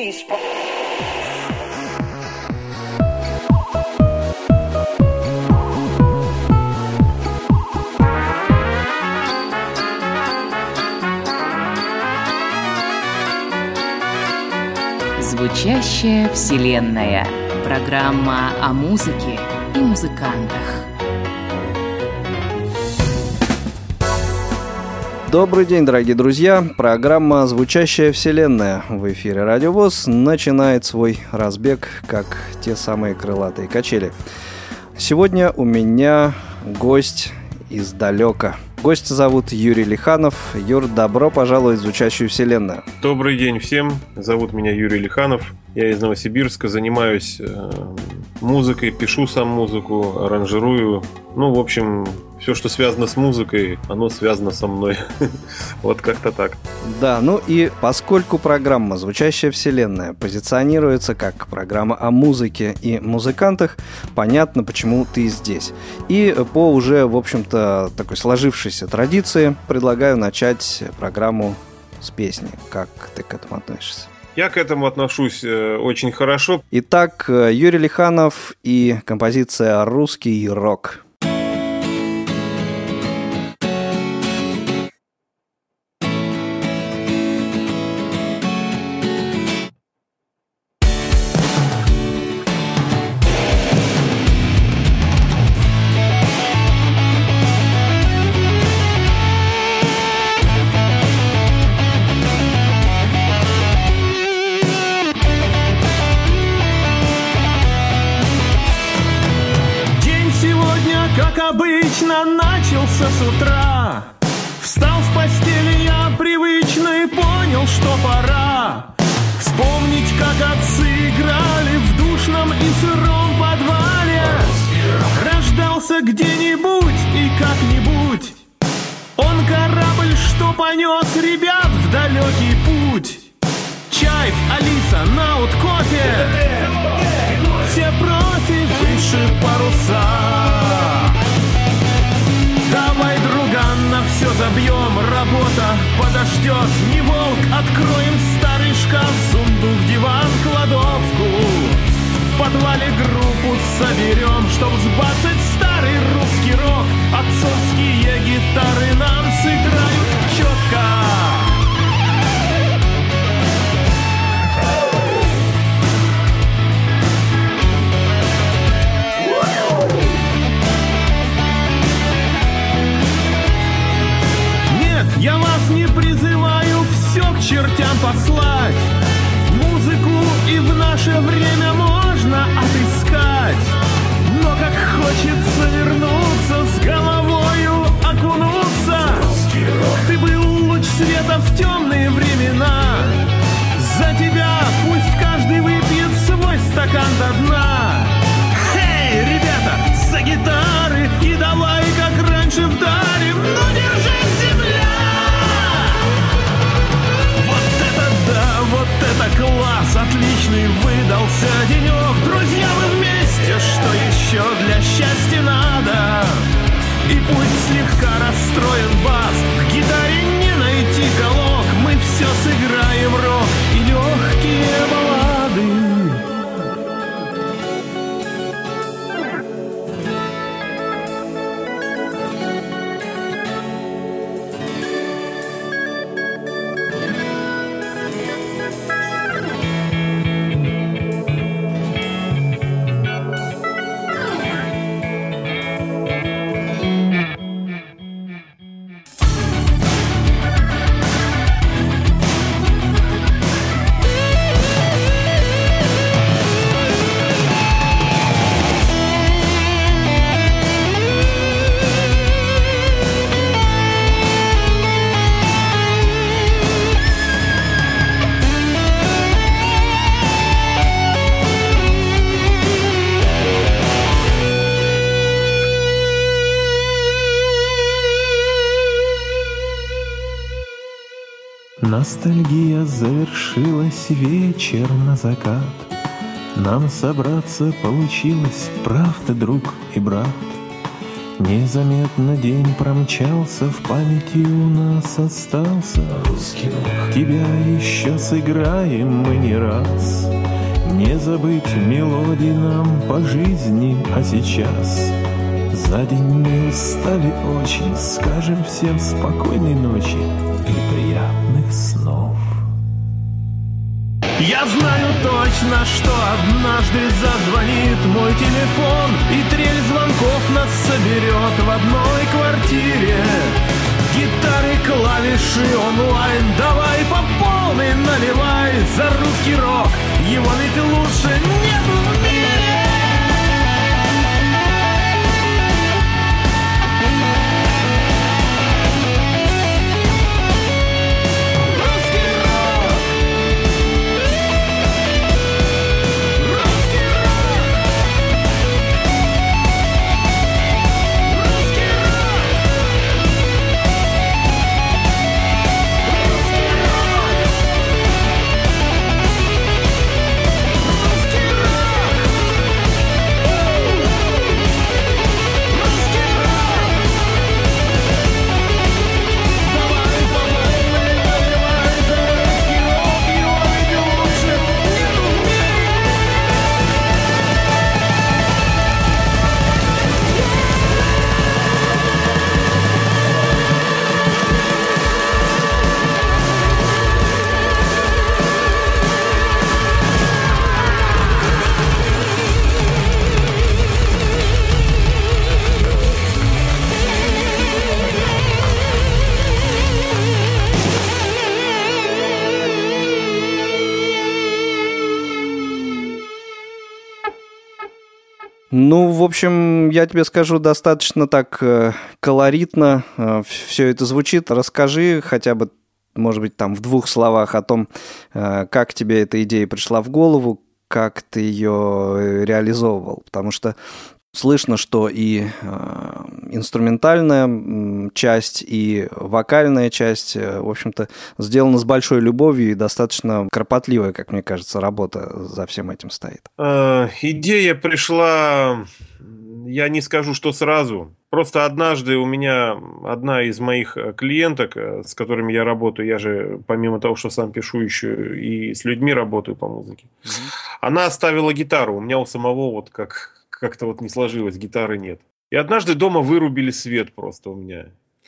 Звучащая вселенная. Программа о музыке и музыкантах. Добрый день, дорогие друзья. Программа «Звучащая вселенная» в эфире Радио ВОС начинает свой разбег, как те самые крылатые качели. Сегодня у меня гость издалека. Гостя зовут Юрий Лиханов. Юр, добро пожаловать в «Звучащую вселенную». Добрый день всем. Зовут меня Юрий Лиханов. Я из Новосибирска, занимаюсь музыкой, пишу сам музыку, аранжирую. Ну, в общем, все, что связано с музыкой, оно связано со мной. Вот как-то так. Да, ну и поскольку программа «Звучащая вселенная» позиционируется как программа о музыке и музыкантах, понятно, почему ты здесь. И по уже, в общем-то, такой сложившейся традиции предлагаю начать программу с песни. Как ты к этому относишься? Я к этому отношусь очень хорошо. Итак, Юрий Лиханов и композиция «Русский рок». Начался с утра. Встал в постели я привычно и понял, что пора вспомнить, как отцы играли в душном и сыром подвале. Рождался где-нибудь и как-нибудь он корабль, что понес ребят в далекий путь. Чай, Алиса, наут, кофе, все профи, выше паруса. Давай, друган, на все забьем, работа подождет. Не волк, откроем старый шкаф, сундук, диван, кладовку. В подвале группу соберем, чтоб сбацать старый русский рок. Отцовские гитары нам сыграют четко. Я вас не призываю все к чертям послать. Музыку и в наше время можно отыскать. Но как хочется вернуться, с головою окунуться. Ты был луч света в темные времена. За тебя пусть каждый выпьет свой стакан до дна. Эй, ребята, за гитары и давай как раньше вдарим. Ну держись, земля! Вот это класс, отличный выдался денек. Друзья, мы вместе, что еще для счастья надо? И пусть слегка расстроен бас, к гитаре не найти колок. Мы все сыграем рок и легкие баллады. Ностальгия завершилась, вечер на закат. Нам собраться получилось, правда, друг и брат. Незаметно день промчался, в памяти у нас остался русский рок. Тебя еще сыграем мы не раз. Не забыть мелодий нам по жизни, а сейчас за день мы устали очень. Скажем всем спокойной ночи и приятных снов. Я знаю точно, что однажды зазвонит мой телефон, и трель звонков нас соберет в одной квартире. Гитары, клавиши, онлайн, давай по полной наливай за русский рок, его ведь лучше нет в мире. Ну, в общем, я тебе скажу, достаточно так колоритно все это звучит. Расскажи хотя бы, может быть, там в 2 словах о том, как тебе эта идея пришла в голову, как ты ее реализовывал. Потому что слышно, что и инструментальная часть, и вокальная часть, в общем-то, сделана с большой любовью и достаточно кропотливая, как мне кажется, работа за всем этим стоит. Идея пришла, я не скажу, что сразу. Просто однажды у меня одна из моих клиенток, с которыми я работаю, я же помимо того, что сам пишу, еще и с людьми работаю по музыке, она оставила гитару. У меня у самого вот как-то вот не сложилось, гитары нет. И однажды дома вырубили свет просто у меня.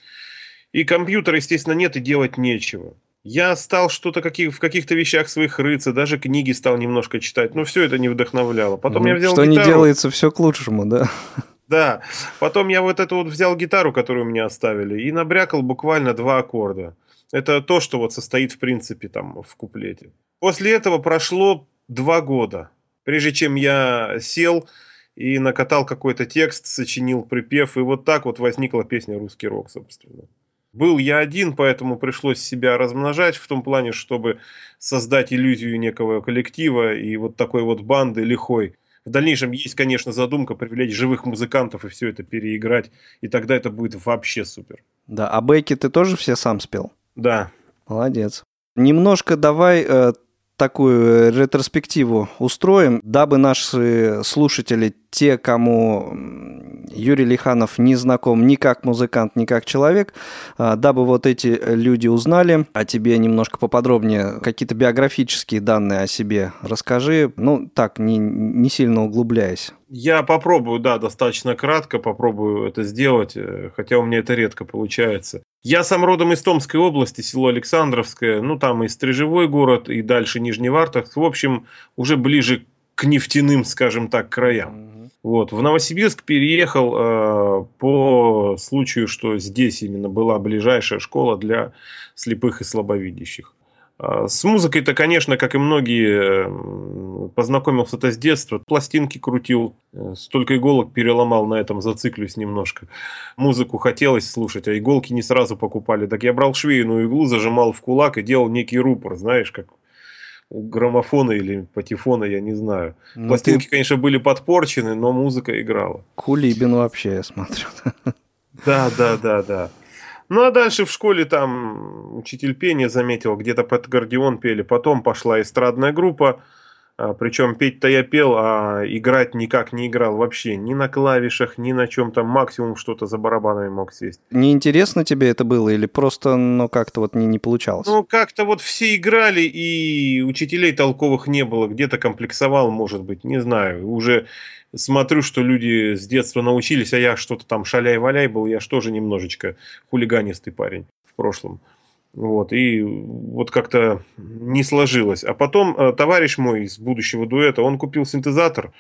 И компьютера, естественно, нет, и делать нечего. Я стал что-то в каких-то вещах своих рыться, даже книги стал немножко читать, но все это не вдохновляло. Потом я взял что гитару. Не делается, все к лучшему, да? Да. Потом я вот эту вот взял гитару, которую у меня оставили, и набрякал буквально 2 аккорда. Это то, что вот состоит, в принципе, там в куплете. После этого прошло 2 года, прежде чем я сел и накатал какой-то текст, сочинил припев, и вот так вот возникла песня «Русский рок», собственно. Был я один, поэтому пришлось себя размножать в том плане, чтобы создать иллюзию некого коллектива и вот такой вот банды лихой. В дальнейшем есть, конечно, задумка привлечь живых музыкантов и все это переиграть, и тогда это будет вообще супер. Да, а бэки ты тоже все сам спел? Да. Молодец. Немножко давай такую ретроспективу устроим, дабы наши слушатели, те, кому Юрий Лиханов не знаком ни как музыкант, ни как человек, дабы вот эти люди узнали о тебе немножко поподробнее, какие-то биографические данные о себе расскажи, ну так, не сильно углубляясь. Я попробую, да, достаточно кратко попробую это сделать, хотя у меня это редко получается. Я сам родом из Томской области, село Александровское, ну там и Стрежевой город, и дальше Нижневартовск, в общем, уже ближе к нефтяным, скажем так, краям. Вот. В Новосибирск переехал по случаю, что здесь именно была ближайшая школа для слепых и слабовидящих. С музыкой-то, конечно, как и многие, познакомился-то с детства. Пластинки крутил, столько иголок переломал, на этом зациклюсь немножко. Музыку хотелось слушать, а иголки не сразу покупали. Так я брал швейную иглу, зажимал в кулак и делал некий рупор, знаешь, как у граммофона или патефона, я не знаю. Пластинки, конечно, были подпорчены, но музыка играла. Кулибин вообще, я смотрю. Да. Ну, а дальше в школе там учитель пения заметил, где-то под аккордеон пели. Потом пошла эстрадная группа. Причем петь-то я пел, а играть никак не играл вообще. Ни на клавишах, ни на чем там. Максимум что-то за барабанами мог сесть. Неинтересно тебе это было или просто, как-то вот не получалось? Ну, как-то вот все играли, и учителей толковых не было. Где-то комплексовал, может быть, не знаю. Уже смотрю, что люди с детства научились, а я что-то там шаляй-валяй был. Я ж тоже немножечко хулиганистый парень в прошлом. Вот, и вот как-то не сложилось. А потом товарищ мой из будущего дуэта, он купил синтезатор.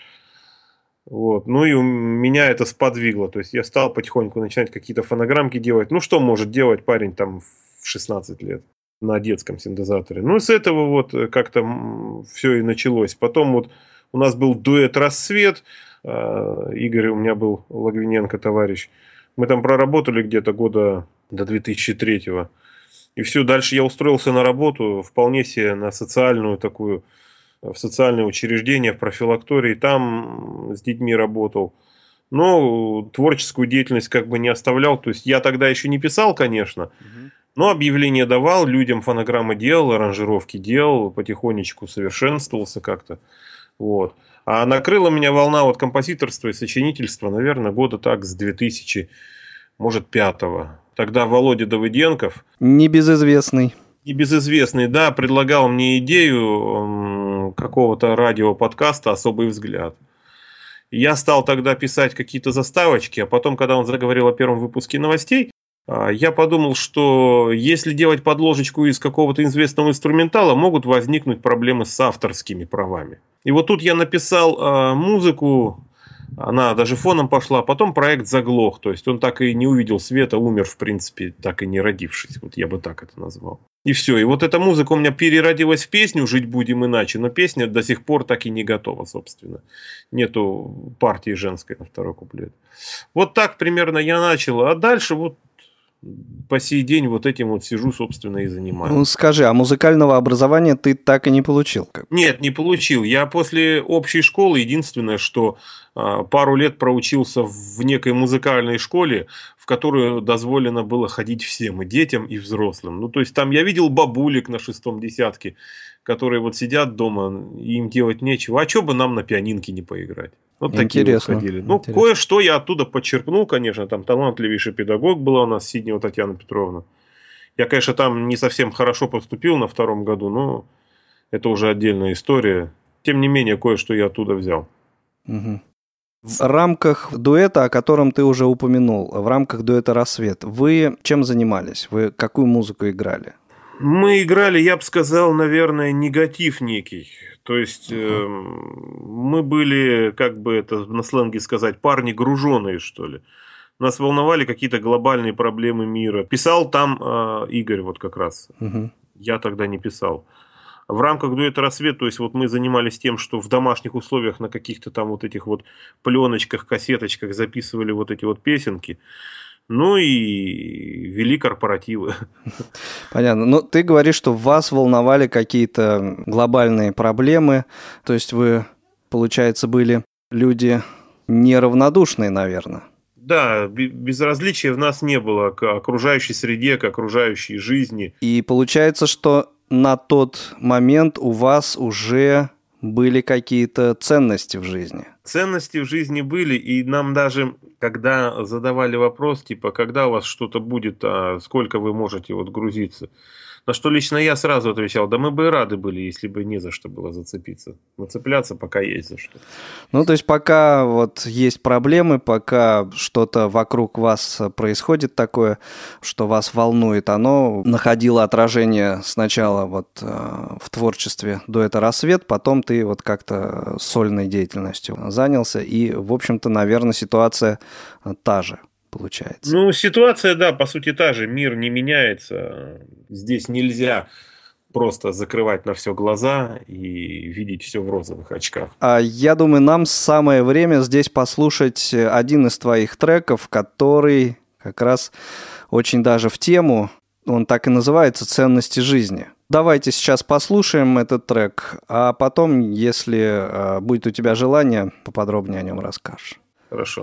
Вот, ну и меня это сподвигло. То есть я стал потихоньку начинать какие-то фонограммки делать. Ну, что может делать парень там в 16 лет на детском синтезаторе? Ну, и с этого вот как-то все и началось. Потом вот у нас был дуэт «Рассвет». Игорь у меня был, Логвиненко товарищ. Мы там проработали где-то года до 2003-го. И все, дальше я устроился на работу, вполне себе на социальную такую, в социальное учреждение, в профилактории, там с детьми работал. Но творческую деятельность как бы не оставлял. То есть я тогда еще не писал, конечно, но объявления давал, людям фонограммы делал, аранжировки делал, потихонечку совершенствовался как-то. Вот. А накрыла меня волна вот композиторства и сочинительства, наверное, года так с 2000, может, 5-го. Тогда Володя Давыденков, Небезызвестный, да, предлагал мне идею какого-то радиоподкаста «Особый взгляд». Я стал тогда писать какие-то заставочки, а потом, когда он заговорил о первом выпуске новостей, я подумал, что если делать подложечку из какого-то известного инструментала, могут возникнуть проблемы с авторскими правами. И вот тут я написал музыку, она даже фоном пошла, потом проект заглох, то есть он так и не увидел света, умер, в принципе, так и не родившись, вот я бы так это назвал. И все, и вот эта музыка у меня переродилась в песню «Жить будем иначе», но песня до сих пор так и не готова, собственно. Нету партии женской на второй куплет. Вот так примерно я начал, а дальше вот по сей день вот этим вот сижу, собственно, и занимаюсь. Ну, скажи, а музыкального образования ты так и не получил? Нет, не получил. Я после общей школы, единственное, что пару лет проучился в некой музыкальной школе, в которую дозволено было ходить всем, и детям, и взрослым. Ну, то есть, там я видел бабулек на 6-м десятке, которые вот сидят дома, и им делать нечего. А что бы нам на пианинке не поиграть? Вот такие вот ходили. Ну, кое-что я оттуда подчеркнул, конечно. Там талантливейший педагог была у нас, Сиднева Татьяна Петровна. Я, конечно, там не совсем хорошо поступил на 2-м году, но это уже отдельная история. Тем не менее, кое-что я оттуда взял. Угу. В рамках дуэта, о котором ты уже упомянул, в рамках дуэта «Рассвет», вы чем занимались? Вы какую музыку играли? Мы играли, я бы сказал, наверное, негатив некий. То есть, мы были, как бы это на сленге сказать, парни груженые, что ли. Нас волновали какие-то глобальные проблемы мира. Писал там Игорь вот как раз. Угу. Я тогда не писал. В рамках дуэта «Рассвет», то есть вот мы занимались тем, что в домашних условиях на каких-то там вот этих вот пленочках, кассеточках записывали вот эти вот песенки. Ну и вели корпоративы. Понятно. Но ты говоришь, что вас волновали какие-то глобальные проблемы. То есть вы, получается, были люди неравнодушные, наверное. Да, безразличия в нас не было к окружающей среде, к окружающей жизни. И получается, что на тот момент у вас уже были какие-то ценности в жизни. Ценности в жизни были, и нам даже, когда задавали вопрос, типа, когда у вас что-то будет, а сколько вы можете вот грузиться, на что лично я сразу отвечал, да мы бы и рады были, если бы не за что было зацепиться. Нацепляться, пока есть за что. Ну, то есть, пока вот есть проблемы, пока что-то вокруг вас происходит такое, что вас волнует, оно находило отражение сначала вот в творчестве дуэта «Рассвет», потом ты вот как-то сольной деятельностью занялся, и, в общем-то, наверное, ситуация та же. Получается. Ну, ситуация, да, по сути та же. Мир не меняется. Здесь нельзя просто закрывать на все глаза и видеть все в розовых очках. Я думаю, нам самое время здесь послушать один из твоих треков, который как раз очень даже в тему. Он так и называется «Ценности жизни». Давайте сейчас послушаем этот трек, а потом, если будет у тебя желание, поподробнее о нем расскажешь. Хорошо.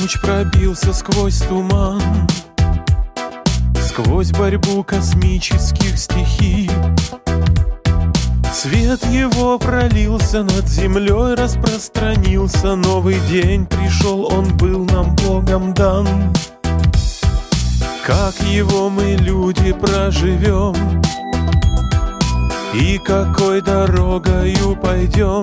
луч пробился сквозь туман, сквозь борьбу космических стихий. Свет его пролился над землей, распространился. Новый день пришел, он был нам Богом дан. Как его мы, люди, проживем и какой дорогою пойдем?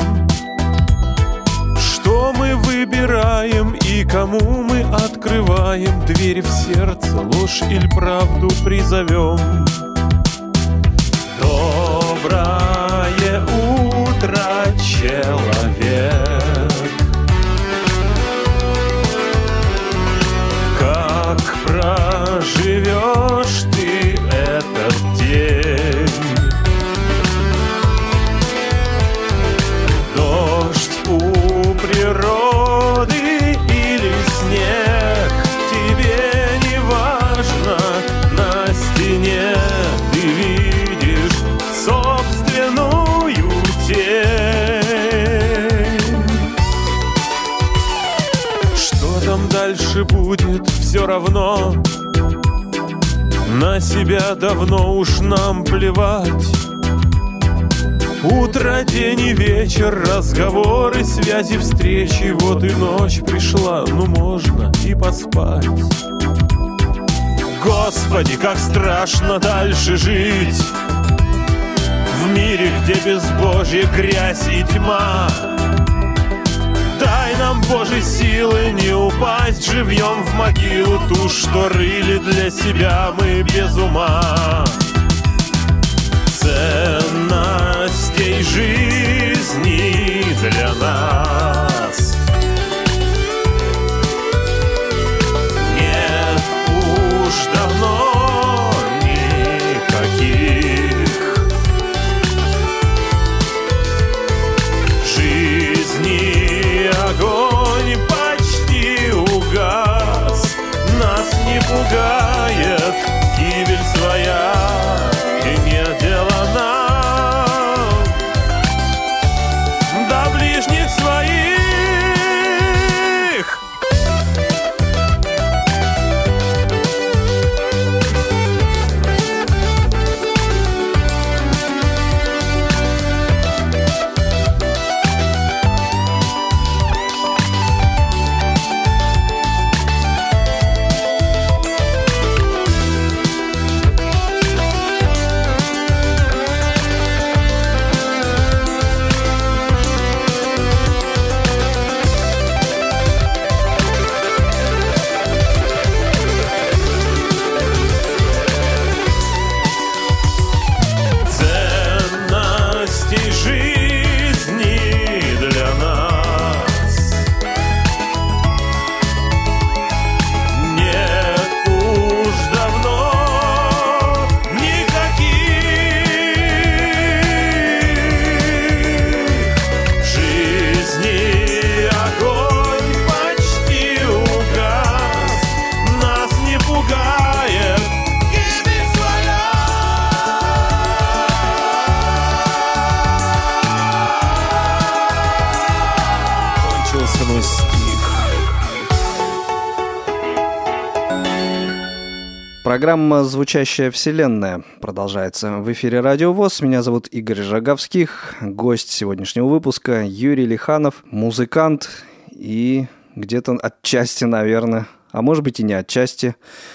Что мы выбираем и кому мы открываем дверь в сердце, ложь или правду призовем? Доброе утро, человек! Как проживешь ты этот день? Дождь у природы или снег, тебе не важно, на стене ты видишь собственную тень. Что там дальше будет, все равно. На себя давно уж нам плевать. Утро, день и вечер, разговоры, связи, встречи. Вот и ночь пришла, ну можно и поспать. Господи, как страшно дальше жить в мире, где безбожье, грязь и тьма. Дай нам, Боже, силы не упасть живьем в могилу ту, что рыли для себя мы без ума. Ценностей жизни для нас нет уж давно никаких. Жизни огонь почти угас, нас не пугает гибель своя. И нет дела нам до ближних своих. Программа «Звучащая вселенная» продолжается в эфире Радио ВОС. Меня зовут Игорь Роговских. Гость сегодняшнего выпуска Юрий Лиханов, музыкант и где-то отчасти, наверное, а может быть и не отчасти,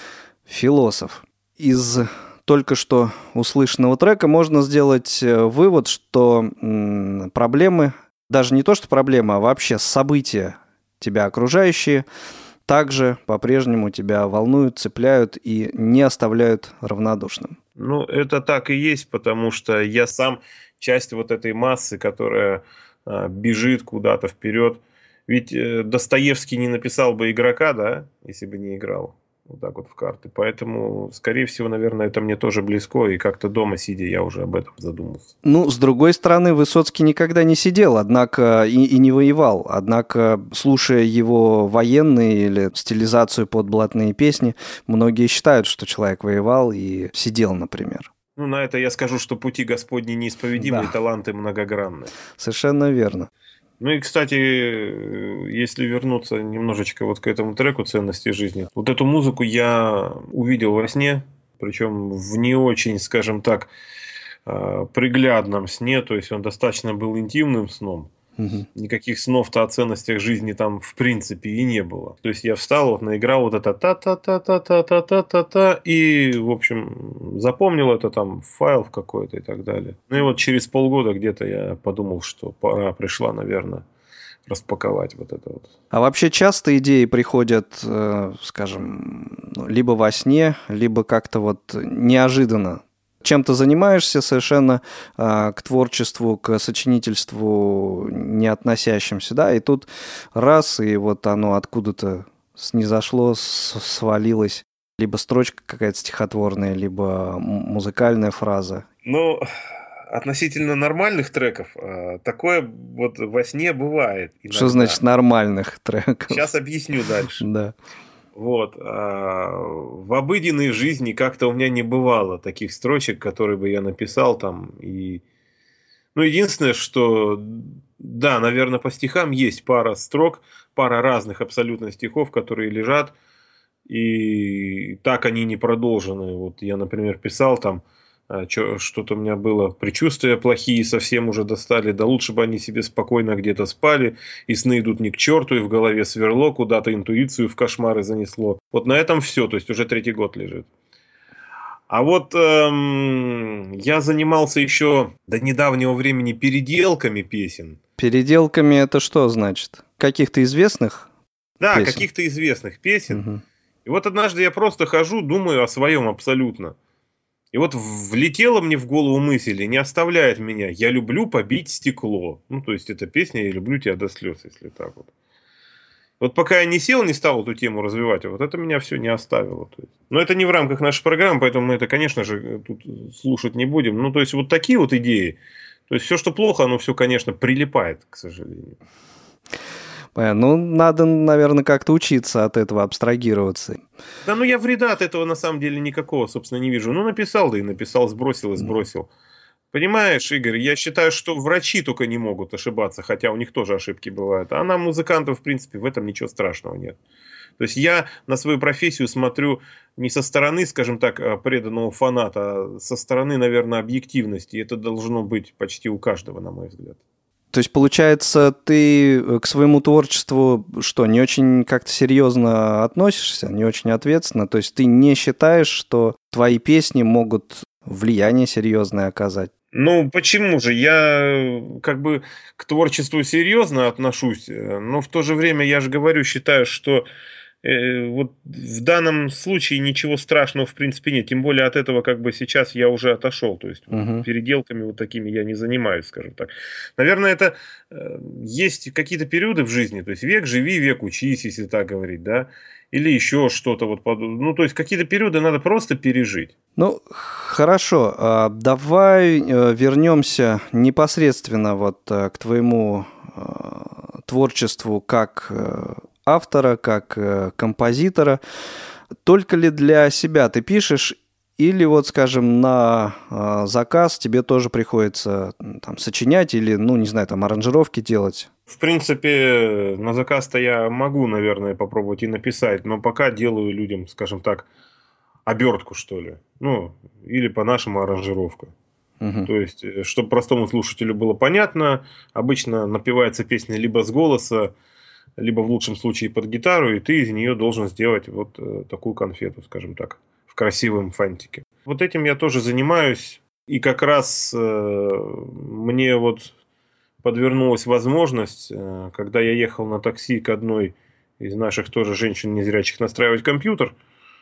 философ. Из только что услышанного трека можно сделать вывод, что проблемы, даже не то что проблемы, а вообще события тебя окружающие, также по-прежнему тебя волнуют, цепляют и не оставляют равнодушным. Ну, это так и есть, потому что я сам часть вот этой массы, которая бежит куда-то вперед. Ведь Достоевский не написал бы «Игрока», да, если бы не играл вот так вот в карты. Поэтому, скорее всего, наверное, это мне тоже близко, и как-то дома сидя я уже об этом задумался. Ну, с другой стороны, Высоцкий никогда не сидел, однако и не воевал. Однако, слушая его военные или стилизацию под блатные песни, многие считают, что человек воевал и сидел, например. Ну, на это я скажу, что пути Господни неисповедимы, да. И таланты многогранны. Совершенно верно. Ну и, кстати, если вернуться немножечко вот к этому треку «Ценности жизни», вот эту музыку я увидел во сне, причем в не очень, скажем так, приглядном сне, то есть он достаточно был интимным сном. Мгм. Никаких снов-то о ценностях жизни там в принципе и не было. То есть я встал, вот наиграл вот это та-та-та-та-та-та-та-та-та, и, в общем, запомнил это там в файл в какой-то и так далее. Ну и вот через полгода где-то я подумал, что пора пришла, наверное, распаковать вот это вот. А вообще часто идеи приходят, скажем, либо во сне, либо как-то вот неожиданно? Чем-то занимаешься совершенно к творчеству, к сочинительству не относящимся, да, и тут раз, и вот оно откуда-то снизошло, свалилось, либо строчка какая-то стихотворная, либо музыкальная фраза. Ну, относительно нормальных треков, такое вот во сне бывает иногда. Что значит нормальных треков? Сейчас объясню дальше. Да. Вот. В обыденной жизни как-то у меня не бывало таких строчек, которые бы я написал там. И... Ну, единственное, что, да, наверное, по стихам есть пара строк, пара разных абсолютно стихов, которые лежат, и так они не продолжены. Вот я, например, писал там, что-то у меня было, предчувствия плохие совсем уже достали, да лучше бы они себе спокойно где-то спали, и сны идут не к черту, и в голове сверло, куда-то интуицию в кошмары занесло. Вот на этом все, то есть уже 3-й год лежит. А вот я занимался еще до недавнего времени переделками песен. Переделками это что значит? Каких-то известных Да, песен? каких-то известных песен. Мгм. И вот однажды я просто хожу, думаю о своем абсолютно. И вот влетела мне в голову мысль, и не оставляет меня. Я люблю побить стекло. Ну, то есть, эта песня «Я люблю тебя до слез», если так вот. Вот пока я не сел, не стал эту тему развивать, а вот это меня все не оставило. То есть. Но это не в рамках нашей программы, поэтому мы это, конечно же, тут слушать не будем. Ну, то есть, вот такие вот идеи. То есть, все, что плохо, оно все, конечно, прилипает, к сожалению. Ну, надо, наверное, как-то учиться от этого абстрагироваться. Да, ну я вреда от этого на самом деле никакого, собственно, не вижу. Ну, написал, да и написал, сбросил и сбросил. Понимаешь, Игорь, я считаю, что врачи только не могут ошибаться, хотя у них тоже ошибки бывают. А нам, музыкантов, в принципе, в этом ничего страшного нет. То есть я на свою профессию смотрю не со стороны, скажем так, преданного фаната, а со стороны, наверное, объективности. И это должно быть почти у каждого, на мой взгляд. То есть, получается, ты к своему творчеству что, не очень как-то серьезно относишься, не очень ответственно? То есть, ты не считаешь, что твои песни могут влияние серьезное оказать? Ну, почему же? Я как бы к творчеству серьезно отношусь, но в то же время, я же говорю, считаю, что вот в данном случае ничего страшного в принципе нет. Тем более от этого как бы сейчас я уже отошел. То есть переделками вот такими я не занимаюсь, скажем так. Наверное, это есть какие-то периоды в жизни. То есть век живи, век учись, если так говорить, да. Или еще что-то вот подобное. Ну, то есть какие-то периоды надо просто пережить. Ну, хорошо. Давай вернемся непосредственно вот к твоему творчеству как автора, как композитора. Только ли для себя ты пишешь, или вот, скажем, на заказ тебе тоже приходится там сочинять или, ну, не знаю, там аранжировки делать? В принципе, на заказ-то я могу, наверное, попробовать и написать, но пока делаю людям, скажем так, обертку, что ли. Ну, или по-нашему аранжировка. То есть, чтобы простому слушателю было понятно, обычно напевается песня либо с голоса, либо в лучшем случае под гитару, и ты из нее должен сделать вот такую конфету, скажем так, в красивом фантике. Вот этим я тоже занимаюсь, и как раз мне вот подвернулась возможность, когда я ехал на такси к одной из наших тоже женщин незрячих настраивать компьютер,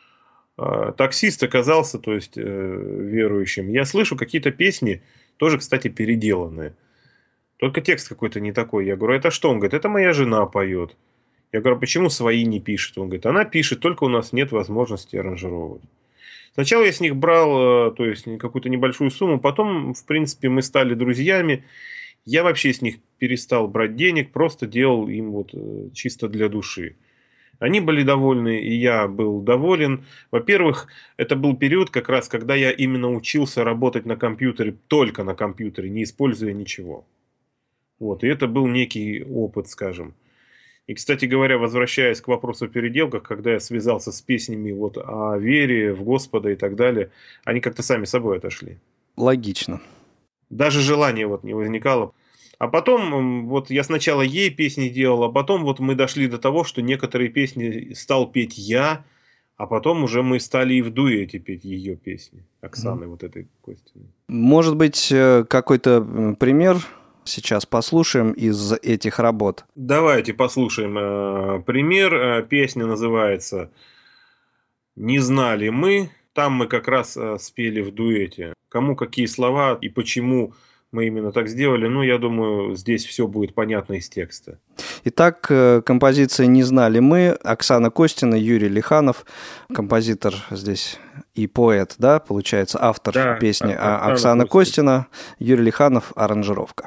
таксист оказался, то есть, верующим. Я слышу какие-то песни, тоже, кстати, переделанные. Только текст какой-то не такой. Я говорю, это что? Он говорит, это моя жена поет. Я говорю, почему свои не пишет? Он говорит, она пишет, только у нас нет возможности аранжировать. Сначала я с них брал, то есть, какую-то небольшую сумму. Потом, в принципе, мы стали друзьями. Я вообще с них перестал брать денег. Просто делал им вот чисто для души. Они были довольны, и я был доволен. Во-первых, это был период как раз, когда я именно учился работать на компьютере, только на компьютере, не используя ничего. Вот, и это был некий опыт, скажем. И, кстати говоря, возвращаясь к вопросу о переделках, когда я связался с песнями вот о вере в Господа и так далее, они как-то сами собой отошли. Логично. Даже желания вот не возникало. А потом, вот я сначала ей песни делал, а потом вот мы дошли до того, что некоторые песни стал петь я, а потом уже мы стали и в дуэте петь ее песни, Оксаны вот этой Костиной. Может быть, какой-то пример сейчас послушаем из этих работ? Давайте послушаем пример. Песня называется «Не знали мы». Там мы как раз спели в дуэте. Кому какие слова и почему мы именно так сделали, ну, я думаю, здесь все будет понятно из текста. Итак, композиция «Не знали мы», Оксана Костина, Юрий Лиханов, композитор здесь и поэт, да, получается, автор песни Оксана Костина, Юрий Лиханов, аранжировка.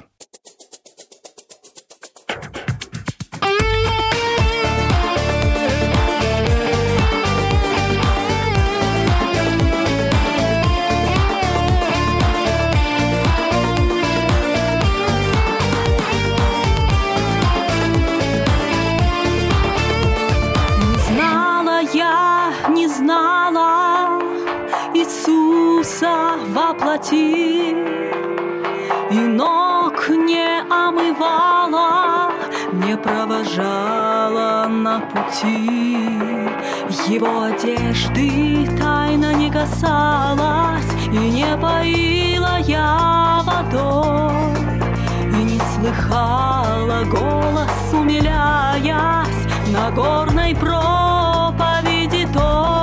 Воплоти, и ног не омывала, не провожала на пути. Его одежды тайно не касалась, и не поила я водой, и не слыхала голос, умиляясь на горной проповеди той.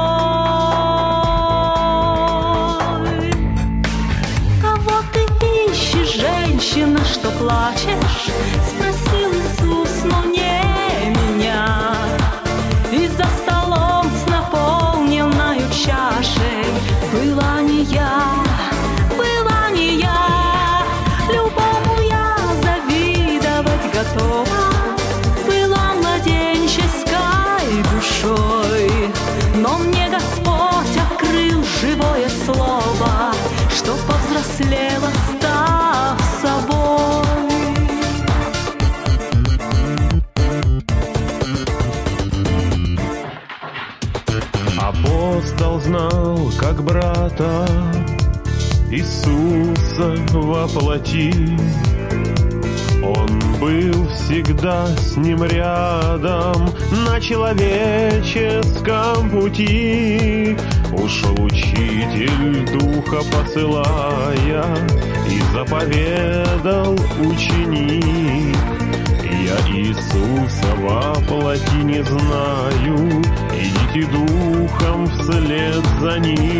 Женщина, что плачешь, спросил Иисус, но не меня. И за столом с наполненною чашей была не я, любому я завидовать готова, была младенческой душой. Но мне Господь открыл живое слово, что повзрослела, став собой. Апостол знал, как брата Иисуса воплоти. Он был всегда с ним рядом на человеческом пути. Ушел учитель духа посылая, и заповедал ученик: я Иисуса воплоти не знаю, идите духом вслед за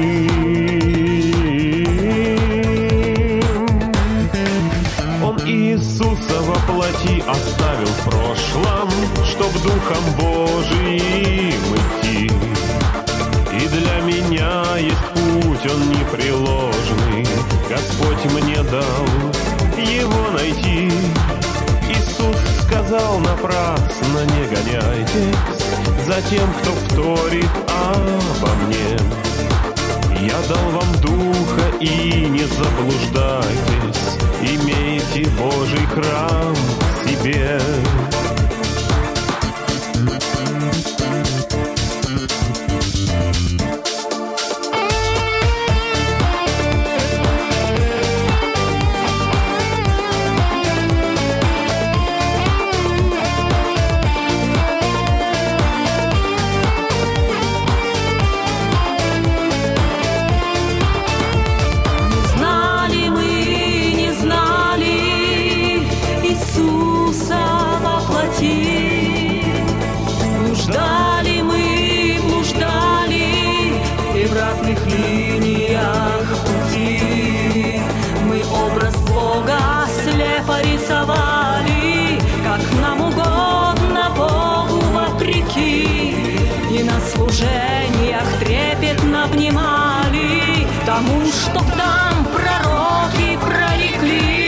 ним. Он Иисуса воплоти оставил в прошлом, чтоб духом Божиим идти. И для меня есть путь, он непреложный, Господь мне дал его найти. Иисус сказал: напрасно не гоняйтесь за тем, кто вторит обо мне. Я дал вам духа, и не заблуждайтесь, имейте Божий храм в себе. Как нам угодно Богу вопреки, и на служениях трепетно внимали тому, что там пророки прорекли.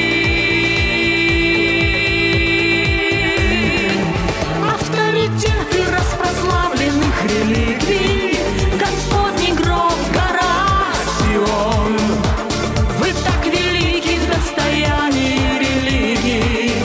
Авторитеты распрославленных религий, Господний гроб, гора Сион. Вы так велики в достоянии религии,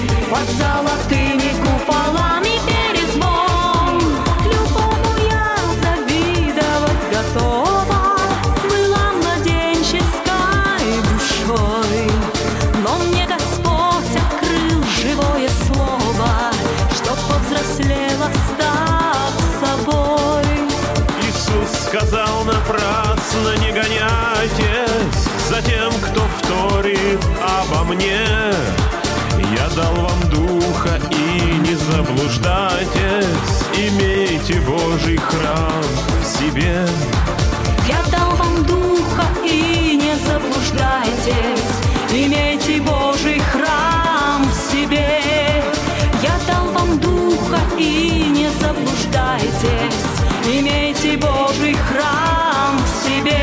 напрасно не гоняйтесь за тем, кто вторит обо мне. Я дал вам духа, и не заблуждайтесь, имейте Божий храм в себе. Я дал вам духа, и не заблуждайтесь, имейте Божий храм в себе. Я дал вам духа, и не заблуждайтесь, имейте Божий храм в себе.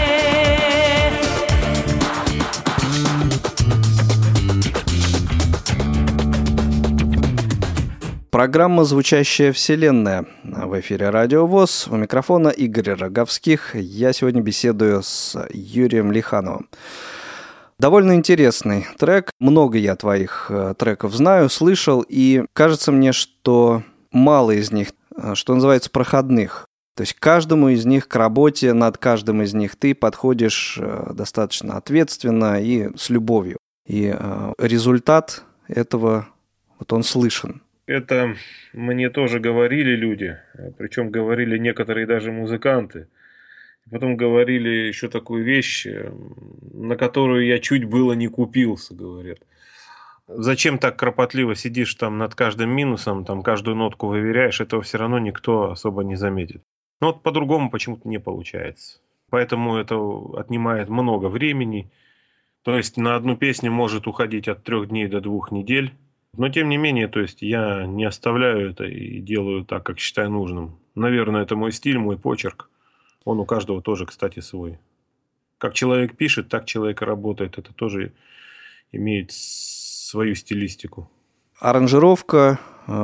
Программа «Звучащая вселенная». В эфире Радио ВОС. У микрофона Игорь Роговских. Я сегодня беседую с Юрием Лихановым. Довольно интересный трек. Много я твоих треков знаю, слышал, и кажется мне, что мало из них, что называется, проходных. То есть каждому из них, к работе над каждым из них ты подходишь достаточно ответственно и с любовью. И результат этого, вот он слышен. Это мне тоже говорили люди, причем говорили некоторые даже музыканты. Потом говорили еще такую вещь, на которую я чуть было не купился, говорят. Зачем так кропотливо сидишь там над каждым минусом, там каждую нотку выверяешь, этого все равно никто особо не заметит. Но вот по-другому почему-то не получается. Поэтому это отнимает много времени. То есть на одну песню может уходить от 3 дней до 2 недель. Но тем не менее, то есть я не оставляю это и делаю так, как считаю нужным. Наверное, это мой стиль, мой почерк. Он у каждого тоже, кстати, свой. Как человек пишет, так человек и работает. Это тоже имеет свою стилистику. Аранжировка,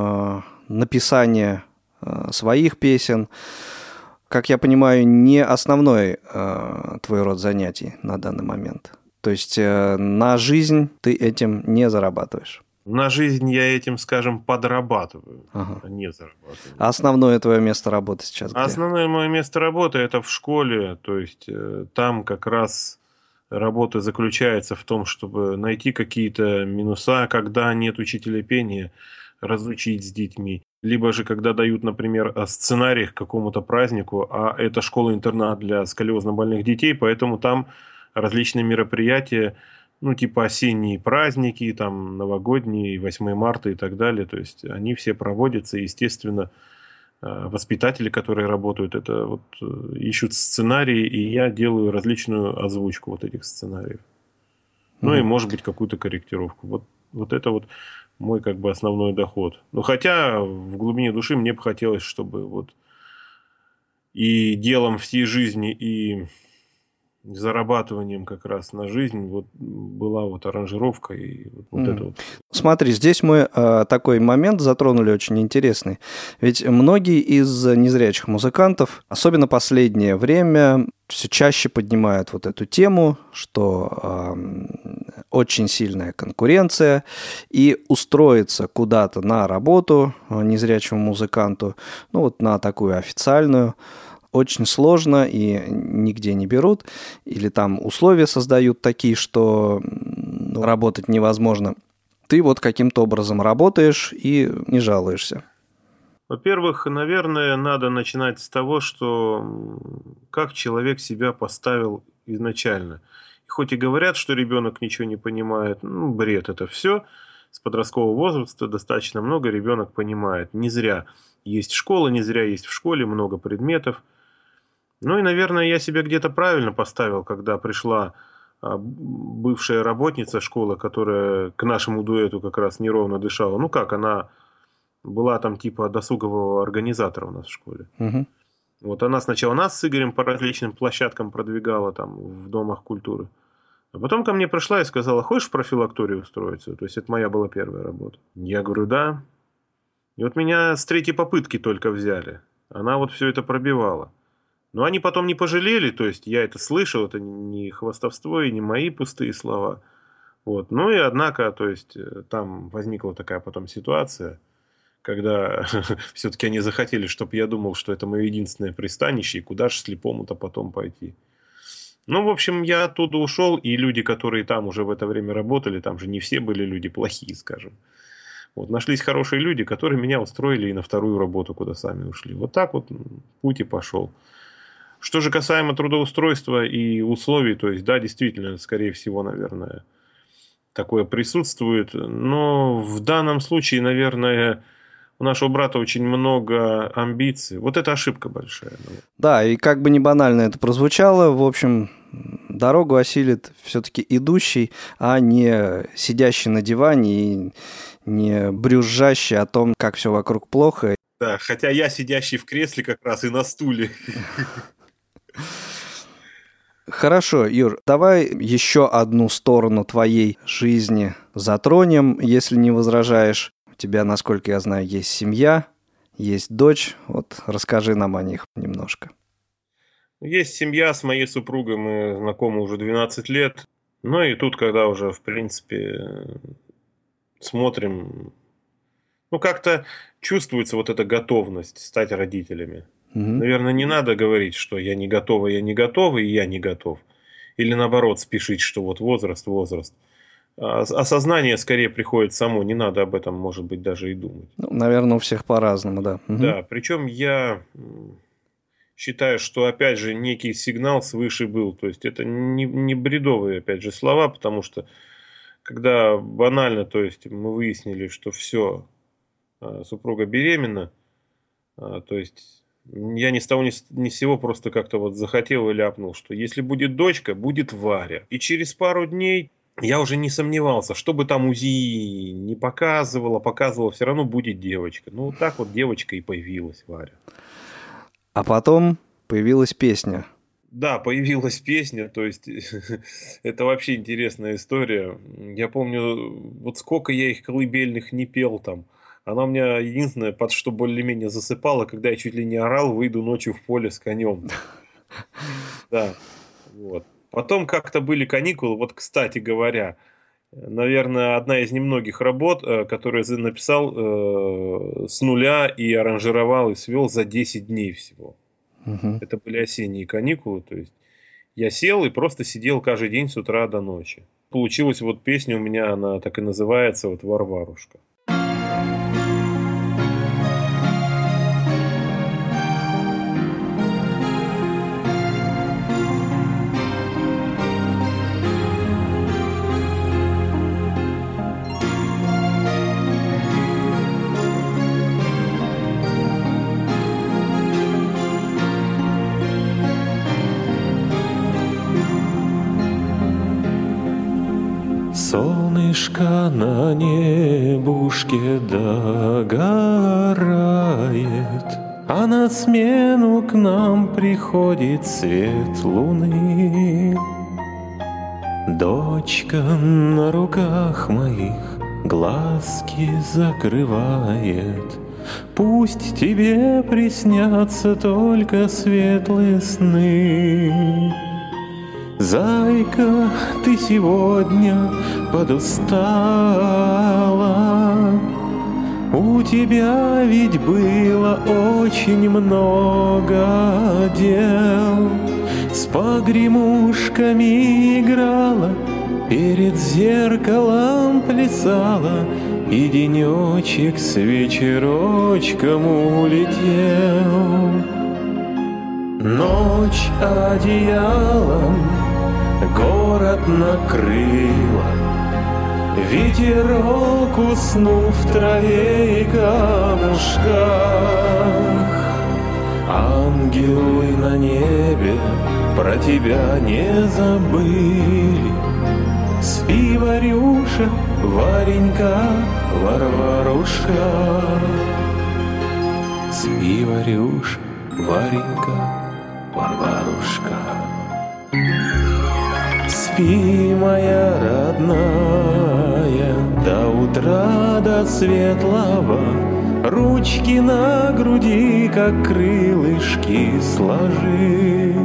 написание своих песен, как я понимаю, не основной твой род занятий на данный момент. То есть на жизнь ты этим не зарабатываешь. На жизнь я этим, скажем, подрабатываю, а не зарабатываю. А основное твое место работы сейчас где? Основное мое место работы – это в школе. То есть там как раз работа заключается в том, чтобы найти какие-то минуса, когда нет учителя пения, разучить с детьми. Либо же, когда дают, например, сценарий к какому-то празднику, а это школа-интернат для сколиозно-больных детей, поэтому там различные мероприятия, ну, типа осенние праздники, там, новогодние, 8 марта и так далее. То есть они все проводятся, естественно, воспитатели, которые работают, это вот ищут сценарии, и я делаю различную озвучку вот этих сценариев. Ну, и, может быть, какую-то корректировку. Вот это вот мой, как бы, основной доход. Но хотя в глубине души мне бы хотелось, чтобы вот и делом всей жизни, и зарабатыванием как раз на жизнь вот была вот аранжировка и вот это вот. Смотри, здесь мы такой момент затронули очень интересный. Ведь многие из незрячих музыкантов, особенно последнее время, все чаще поднимают вот эту тему, что очень сильная конкуренция, и устроиться куда-то на работу незрячему музыканту, ну вот на такую официальную, очень сложно и нигде не берут, или там условия создают такие, что работать невозможно. Ты вот каким-то образом работаешь и не жалуешься. Во-первых, наверное, надо начинать с того, что как человек себя поставил изначально. И хоть и говорят, что ребенок ничего не понимает, бред это все. С подросткового возраста достаточно много ребенок понимает. Не зря есть школа, не зря есть в школе много предметов. Ну и, наверное, я себя где-то правильно поставил, когда пришла бывшая работница школы, которая к нашему дуэту как раз неровно дышала. Ну как, она была там типа досугового организатора у нас в школе. Угу. Вот она сначала нас с Игорем по различным площадкам продвигала там в домах культуры. А потом ко мне пришла и сказала: хочешь в профилакторию устроиться? То есть это моя была первая работа. Я говорю: да. И вот меня с 3-й попытки только взяли. Она вот все это пробивала. Но они потом не пожалели, то есть я это слышал, это не хвастовство и не мои пустые слова. Вот. Ну и однако, то есть там возникла такая потом ситуация, когда все-таки они захотели, чтобы я думал, что это мое единственное пристанище, и куда же слепому-то потом пойти. Ну, в общем, я оттуда ушел, и люди, которые там уже в это время работали, там же не все были люди плохие, скажем. Вот, нашлись хорошие люди, которые меня устроили и на вторую работу, куда сами ушли. Вот так вот путь и пошел. Что же касаемо трудоустройства и условий, то есть, да, действительно, скорее всего, наверное, такое присутствует. Но в данном случае, наверное, у нашего брата очень много амбиций. Вот это ошибка большая. Да, и как бы не банально это прозвучало, в общем, дорогу осилит все-таки идущий, а не сидящий на диване и не брюзжащий о том, как все вокруг плохо. Да, хотя я сидящий в кресле как раз и на стуле. Хорошо, Юр, давай еще одну сторону твоей жизни затронем, если не возражаешь. У тебя, насколько я знаю, есть семья, есть дочь. Вот расскажи нам о них немножко. Есть семья с моей супругой, мы знакомы уже 12 лет. Ну и тут, когда уже, в принципе, смотрим, ну как-то чувствуется вот эта готовность стать родителями. Наверное, не надо говорить, что я не готова, и я не готов. Или наоборот, спешить, что вот возраст. Осознание скорее приходит само, не надо об этом, может быть, даже и думать. Ну, наверное, у всех по-разному, да. Да, причем я считаю, что, опять же, некий сигнал свыше был. То есть, это не бредовые, опять же, слова, потому что, когда банально, то есть, мы выяснили, что все, супруга беременна, то есть, я ни с того ни с сего просто как-то вот захотел и ляпнул, что если будет дочка, будет Варя. И через пару дней я уже не сомневался, что бы там УЗИ не показывала, все равно будет девочка. Ну, вот так вот девочка и появилась, Варя. А потом появилась песня. Да, появилась песня, то есть это вообще интересная история. Я помню, вот сколько я их колыбельных не пел там. Она у меня единственное, под что более-менее засыпала, когда я чуть ли не орал, выйду ночью в поле с конем. Да, вот. Потом как-то были каникулы. Вот, кстати говоря, наверное, одна из немногих работ, которую я написал с нуля и аранжировал, и свел за 10 дней всего. Это были осенние каникулы. То есть я сел и просто сидел каждый день с утра до ночи. Получилась вот песня у меня, она так и называется, вот «Варварушка». Солнышко на небушке догорает, а на смену к нам приходит свет луны. Дочка на руках моих глазки закрывает. Пусть тебе приснятся только светлые сны. Зайка, ты сегодня подустала, у тебя ведь было очень много дел. С погремушками играла, перед зеркалом плясала, и денечек с вечерочком улетел. Ночь одеялом город накрыла, ветерок уснул в траве и камушках. Ангелы на небе про тебя не забыли. Спи, Варюша, Варенька, Варварушка. Спи, Варюша, Варенька, Варварушка. Спи, моя родная, до утра, до светлого. Ручки на груди, как крылышки, сложи.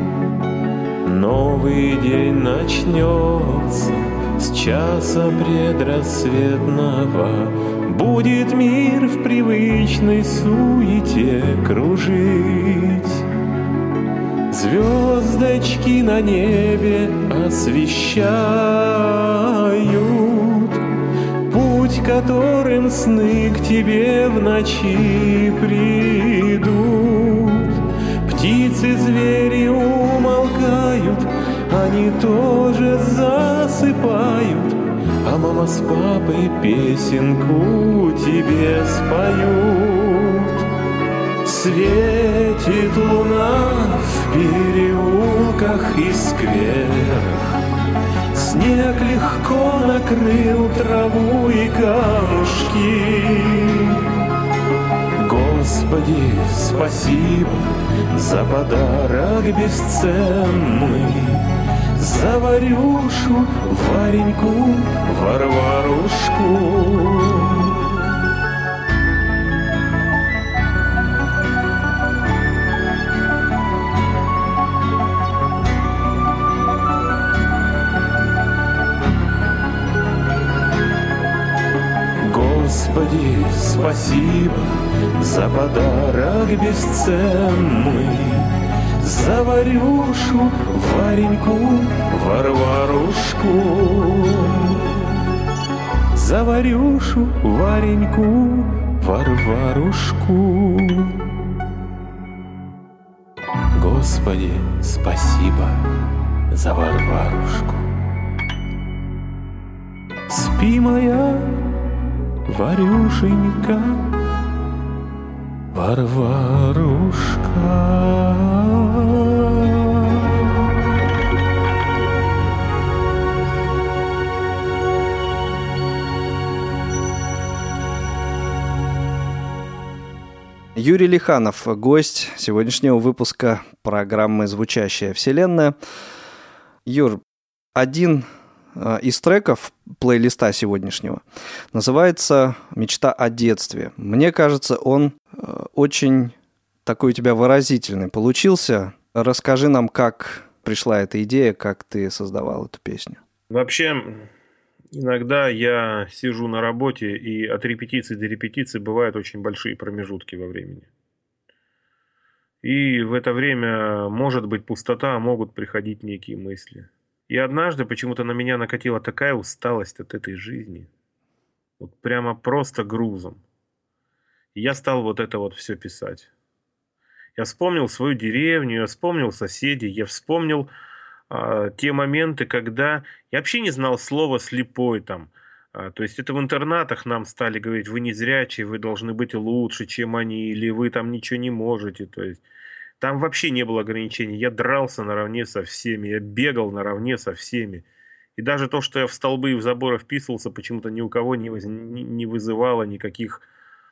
Новый день начнется с часа предрассветного. Будет мир в привычной суете кружить. Звездочки на небе освещают путь, которым сны к тебе в ночи придут. Птицы, звери умолкают, они тоже засыпают, а мама с папой песенку тебе споют. Светит луна в переулках и скверах, снег легко накрыл траву и камушки. Господи, спасибо за подарок бесценный, за Варюшу, Вареньку, Варварушку. Господи, спасибо за подарок бесценный, за Варюшу, Вареньку, Варварушку. За Варюшу, Вареньку, Варварушку. Господи, спасибо за Варварушку. Спи, моя Варюшенька, Варварушка. Юрий Лиханов, гость сегодняшнего выпуска программы «Звучащая вселенная». Юр, один из треков плейлиста сегодняшнего называется «Мечта о детстве». Мне кажется, он очень такой у тебя выразительный получился. Расскажи нам, как пришла эта идея, как ты создавал эту песню. Вообще, иногда я сижу на работе, и от репетиции до репетиции бывают очень большие промежутки во времени. И в это время может быть пустота, а могут приходить некие мысли. И однажды почему-то на меня накатила такая усталость от этой жизни. Вот прямо просто грузом. И я стал вот это вот все писать. Я вспомнил свою деревню, я вспомнил соседей, я вспомнил те моменты, когда я вообще не знал слова «слепой» там. То есть это в интернатах нам стали говорить: вы незрячие, вы должны быть лучше, чем они, или вы там ничего не можете. То есть там вообще не было ограничений. Я дрался наравне со всеми, я бегал наравне со всеми. И даже то, что я в столбы и в заборы вписывался, почему-то ни у кого не вызывало никаких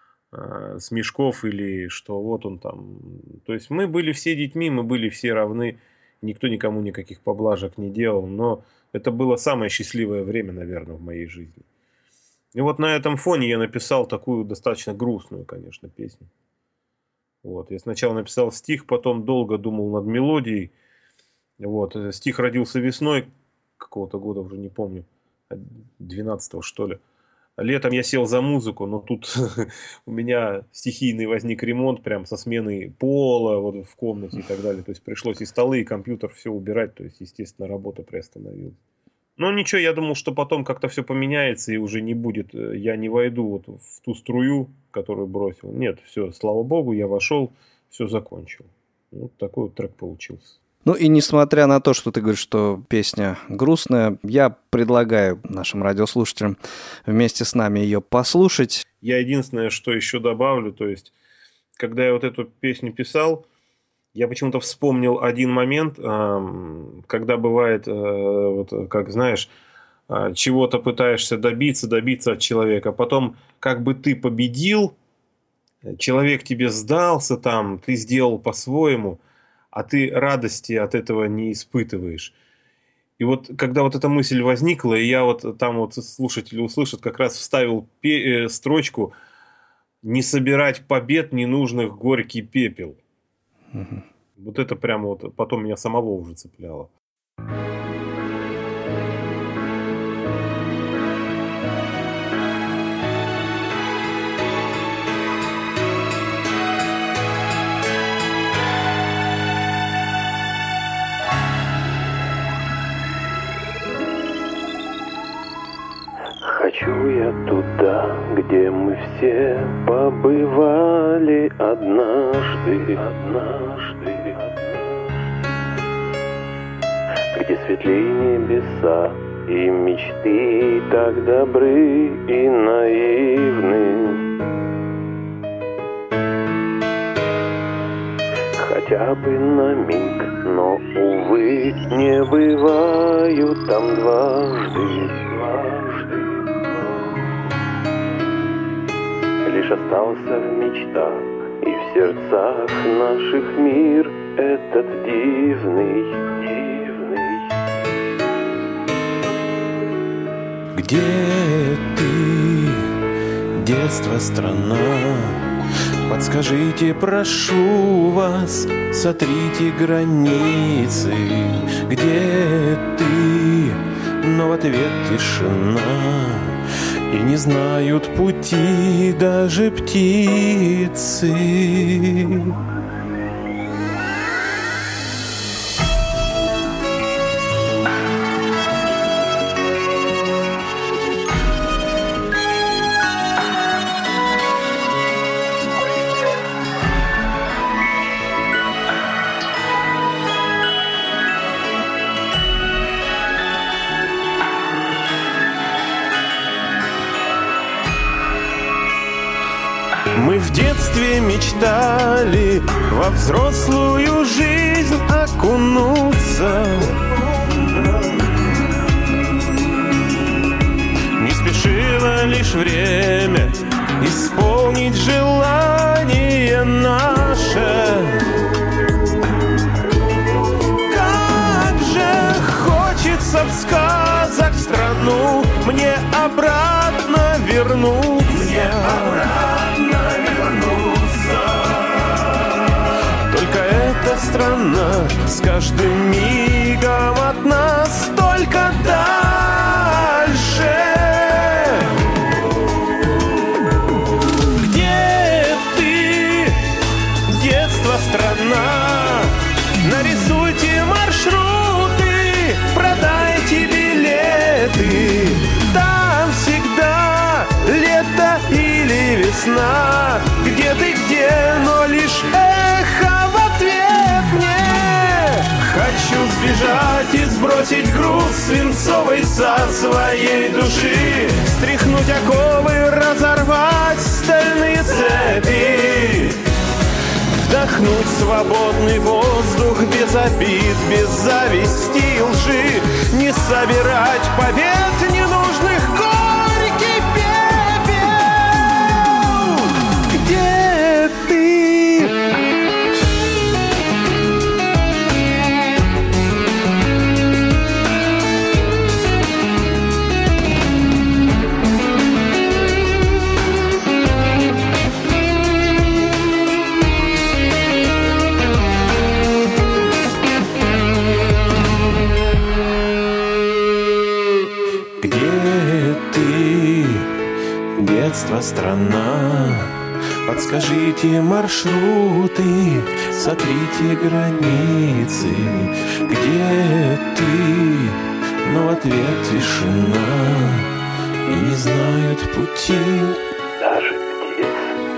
смешков или что вот он там. То есть мы были все детьми, мы были все равны. Никто никому никаких поблажек не делал. Но это было самое счастливое время, наверное, в моей жизни. И вот на этом фоне я написал такую достаточно грустную, конечно, песню. Вот. Я сначала написал стих, потом долго думал над мелодией. Вот. Стих родился весной какого-то года, уже не помню, 12-го что ли. Летом я сел за музыку, но тут у меня стихийный возник ремонт прям со сменой пола вот в комнате и так далее. То есть пришлось и столы, и компьютер все убирать. То есть, естественно, работа приостановилась. Но ничего, я думал, что потом как-то все поменяется и уже не будет. Я не войду вот в ту струю, которую бросил. Нет, все, слава богу, я вошел, все закончил. Вот такой вот трек получился. Ну и несмотря на то, что ты говоришь, что песня грустная, я предлагаю нашим радиослушателям вместе с нами ее послушать. Я единственное, что еще добавлю, то есть, когда я вот эту песню писал, я почему-то вспомнил один момент, когда бывает, вот, как знаешь, чего-то пытаешься добиться от человека, потом как бы ты победил, человек тебе сдался там, ты сделал по-своему, а ты радости от этого не испытываешь. И вот когда вот эта мысль возникла, и я вот там вот слушатели услышат, как раз вставил строчку «Не собирать побед ненужных горький пепел». Угу. Вот это прямо вот потом меня самого уже цепляло. Хочу я туда, где мы все побывали однажды. где светлей небеса, и мечты так добры и наивны. Хотя бы на миг, но, увы, не бывают там дважды. Лишь остался в мечтах и в сердцах наших мир этот дивный. Где ты, детство, страна? Подскажите, прошу вас, сотрите границы. Где ты? Но в ответ тишина. И не знают пути даже птицы. Мы в детстве мечтали во взрослую жизнь окунуться. Не спешило лишь время исполнить желание наше. Как же хочется в сказок страну мне обратно вернуться. Только эта страна с каждым мигом от нас только дальше. Где ты, детство, страна? Нарисуйте маршруты, продайте билеты. Там всегда лето или весна. Где ты, где, но лишь эхо в ответ мне. Хочу сбежать и сбросить груз свинцовый со своей души. Стряхнуть оковы, разорвать стальные цепи. Вдохнуть свободный воздух без обид, без зависти и лжи. Не собирать побед ненужных горький пепел. Где ты? Детство, страна, подскажите маршруты, сотрите границы. Где ты? Но в ответ тишина. И не знают пути даже птицы.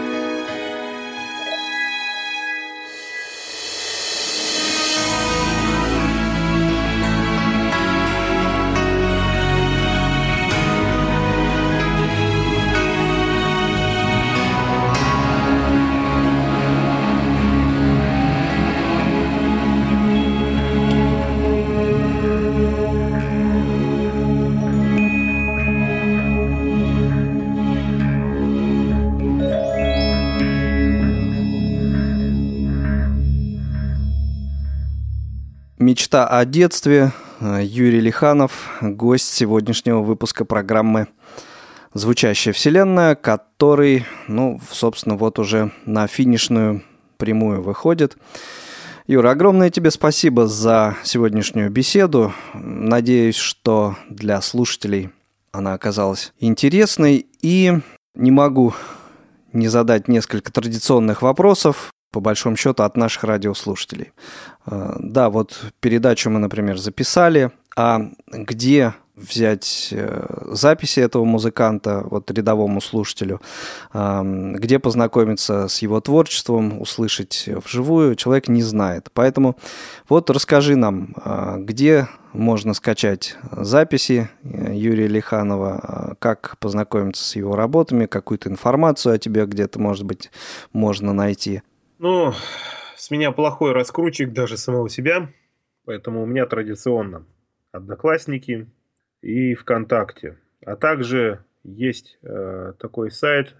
«Мечта о детстве». Юрий Лиханов, гость сегодняшнего выпуска программы «Звучащая вселенная», который, собственно, вот уже на финишную прямую выходит. Юра, огромное тебе спасибо за сегодняшнюю беседу. Надеюсь, что для слушателей она оказалась интересной. И не могу не задать несколько традиционных вопросов, по большому счету, от наших радиослушателей. Да, вот передачу мы, например, записали, а где взять записи этого музыканта, вот рядовому слушателю, где познакомиться с его творчеством, услышать вживую, человек не знает. Поэтому вот расскажи нам, где можно скачать записи Юрия Лиханова, как познакомиться с его работами, какую-то информацию о тебе где-то, может быть, можно найти. Ну, с меня плохой раскрутчик даже самого себя, поэтому у меня традиционно Одноклассники и ВКонтакте. А также есть такой сайт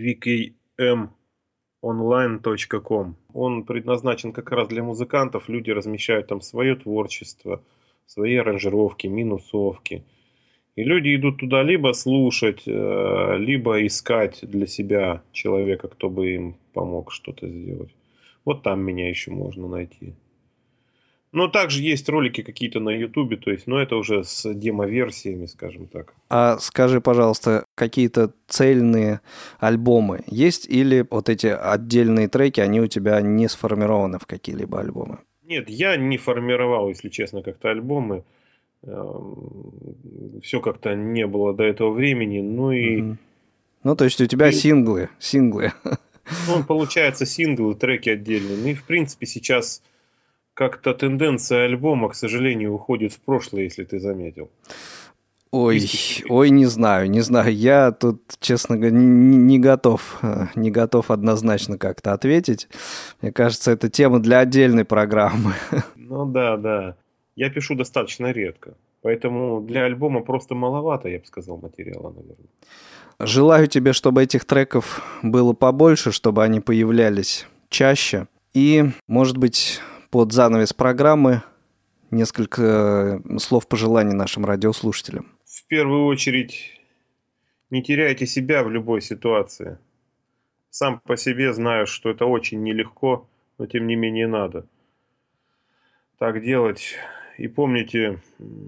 vkmonline.com. Он предназначен как раз для музыкантов. Люди размещают там свое творчество, свои аранжировки, минусовки. И люди идут туда либо слушать, либо искать для себя человека, кто бы им помог что-то сделать. Вот там меня еще можно найти. Но также есть ролики какие-то на Ютубе, то есть, это уже с демо-версиями, скажем так. А скажи, пожалуйста, какие-то цельные альбомы есть или вот эти отдельные треки, они у тебя не сформированы в какие-либо альбомы? Нет, я не формировал, если честно, как-то альбомы. Все как-то не было до этого времени, Ну, то есть у тебя синглы. Получается синглы, треки отдельные. И, в принципе, сейчас как-то тенденция альбома, к сожалению, уходит в прошлое, если ты заметил. Ой, не знаю. Я тут, честно говоря, не готов однозначно как-то ответить. Мне кажется, это тема для отдельной программы. Ну да. Я пишу достаточно редко. Поэтому для альбома просто маловато, я бы сказал, материала, наверное. Желаю тебе, чтобы этих треков было побольше, чтобы они появлялись чаще. И, может быть, под занавес программы несколько слов пожеланий нашим радиослушателям. В первую очередь, не теряйте себя в любой ситуации. Сам по себе знаю, что это очень нелегко, но тем не менее надо так делать. И помните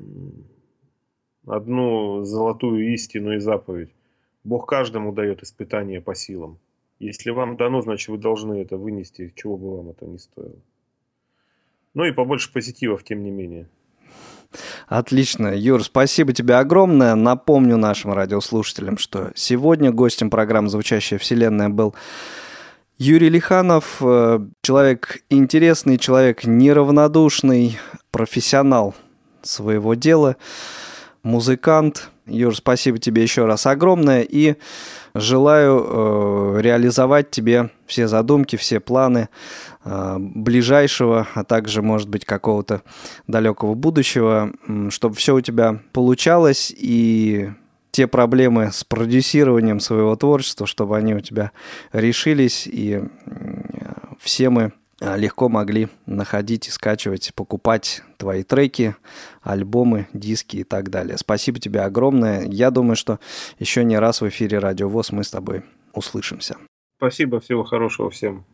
одну золотую истину и заповедь. Бог каждому дает испытания по силам. Если вам дано, значит вы должны это вынести, чего бы вам это ни стоило. И побольше позитивов, тем не менее. Отлично. Юр, спасибо тебе огромное. Напомню нашим радиослушателям, что сегодня гостем программы «Звучащая вселенная» был Юрий Лиханов. Человек интересный, человек неравнодушный, профессионал своего дела, музыкант. Юр, спасибо тебе еще раз огромное. И желаю реализовать тебе все задумки, все планы ближайшего, а также, может быть, какого-то далекого будущего, чтобы все у тебя получалось, и те проблемы с продюсированием своего творчества, чтобы они у тебя решились, и все мы легко могли находить и скачивать, покупать твои треки, альбомы, диски и так далее. Спасибо тебе огромное. Я думаю, что еще не раз в эфире Радио ВОС мы с тобой услышимся. Спасибо, всего хорошего всем.